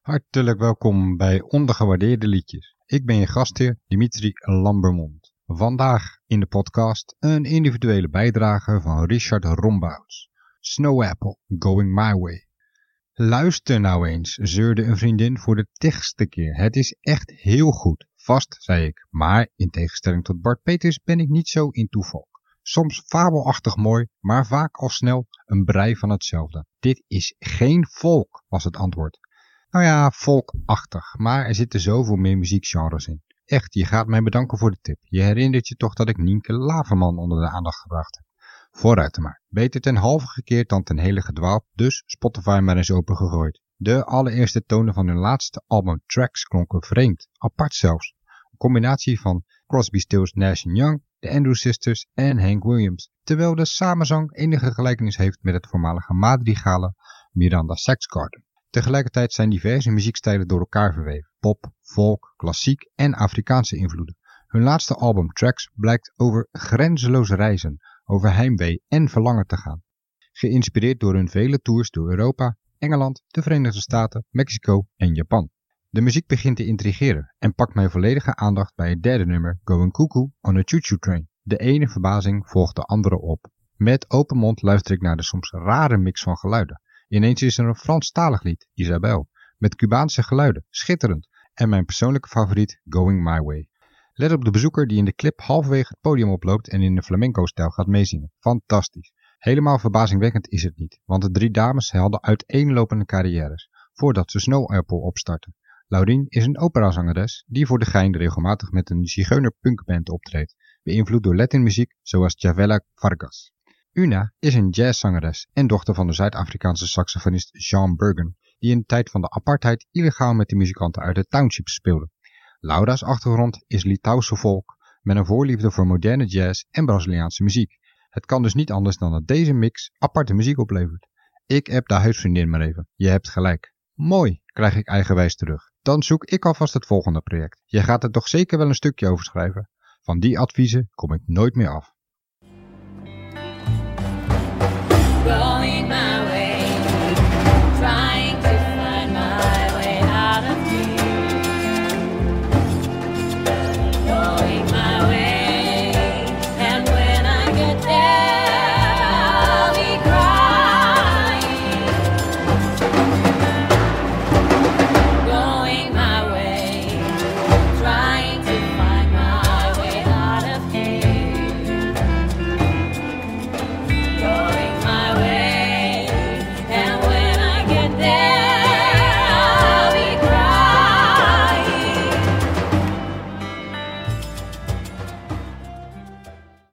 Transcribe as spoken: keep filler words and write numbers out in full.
Hartelijk welkom bij Ondergewaardeerde Liedjes. Ik ben je gastheer Dimitri Lambermond. Vandaag in de podcast een individuele bijdrage van Richard Rombouts. Snow Apple, Going My Way. Luister nou eens, zeurde een vriendin voor de tigste keer. Het is echt heel goed. Vast, zei ik. Maar in tegenstelling tot Bart Peters ben ik niet zo into folk. Soms fabelachtig mooi, maar vaak al snel een brei van hetzelfde. Dit is geen folk, was het antwoord. Nou ja, folkachtig, maar er zitten zoveel meer muziekgenres in. Echt, je gaat mij bedanken voor de tip. Je herinnert je toch dat ik Nienke Laverman onder de aandacht gebracht heb. Vooruit maar. Beter ten halve gekeerd dan ten hele gedwaald, dus Spotify maar eens opengegooid. De allereerste tonen van hun laatste album Tracks klonken vreemd, apart zelfs. Een combinatie van Crosby, Stills, Nash en Young, de Andrews Sisters en Hank Williams. Terwijl de samenzang enige gelijkenis heeft met het voormalige madrigale Miranda Sax Garden. Tegelijkertijd zijn diverse muziekstijlen door elkaar verweven. Pop, folk, klassiek en Afrikaanse invloeden. Hun laatste album Tracks blijkt over grenzeloos reizen, over heimwee en verlangen te gaan. Geïnspireerd door hun vele tours door Europa, Engeland, de Verenigde Staten, Mexico en Japan. De muziek begint te intrigeren en pakt mijn volledige aandacht bij het derde nummer Going Cuckoo on a Choo Choo Train. De ene verbazing volgt de andere op. Met open mond luister ik naar de soms rare mix van geluiden. Ineens is er een Franstalig lied, Isabel, met Cubaanse geluiden, schitterend, en mijn persoonlijke favoriet, Going My Way. Let op de bezoeker die in de clip halverwege het podium oploopt en in de flamenco-stijl gaat meezingen. Fantastisch. Helemaal verbazingwekkend is het niet, want de drie dames hadden uiteenlopende carrières, voordat ze Snow Apple opstarten. Laurien is een operazangeres die voor de gein regelmatig met een zigeuner-punkband optreedt, beïnvloed door Latinmuziek zoals Chavela Vargas. Una is een jazzzangeres en dochter van de Zuid-Afrikaanse saxofonist Jean Bergen, die in de tijd van de apartheid illegaal met de muzikanten uit de townships speelde. Laura's achtergrond is Litouwse folk, met een voorliefde voor moderne jazz en Braziliaanse muziek. Het kan dus niet anders dan dat deze mix aparte muziek oplevert. Ik heb de huisvriendin maar even, je hebt gelijk. Mooi, krijg ik eigenwijs terug. Dan zoek ik alvast het volgende project. Je gaat er toch zeker wel een stukje over schrijven. Van die adviezen kom ik nooit meer af.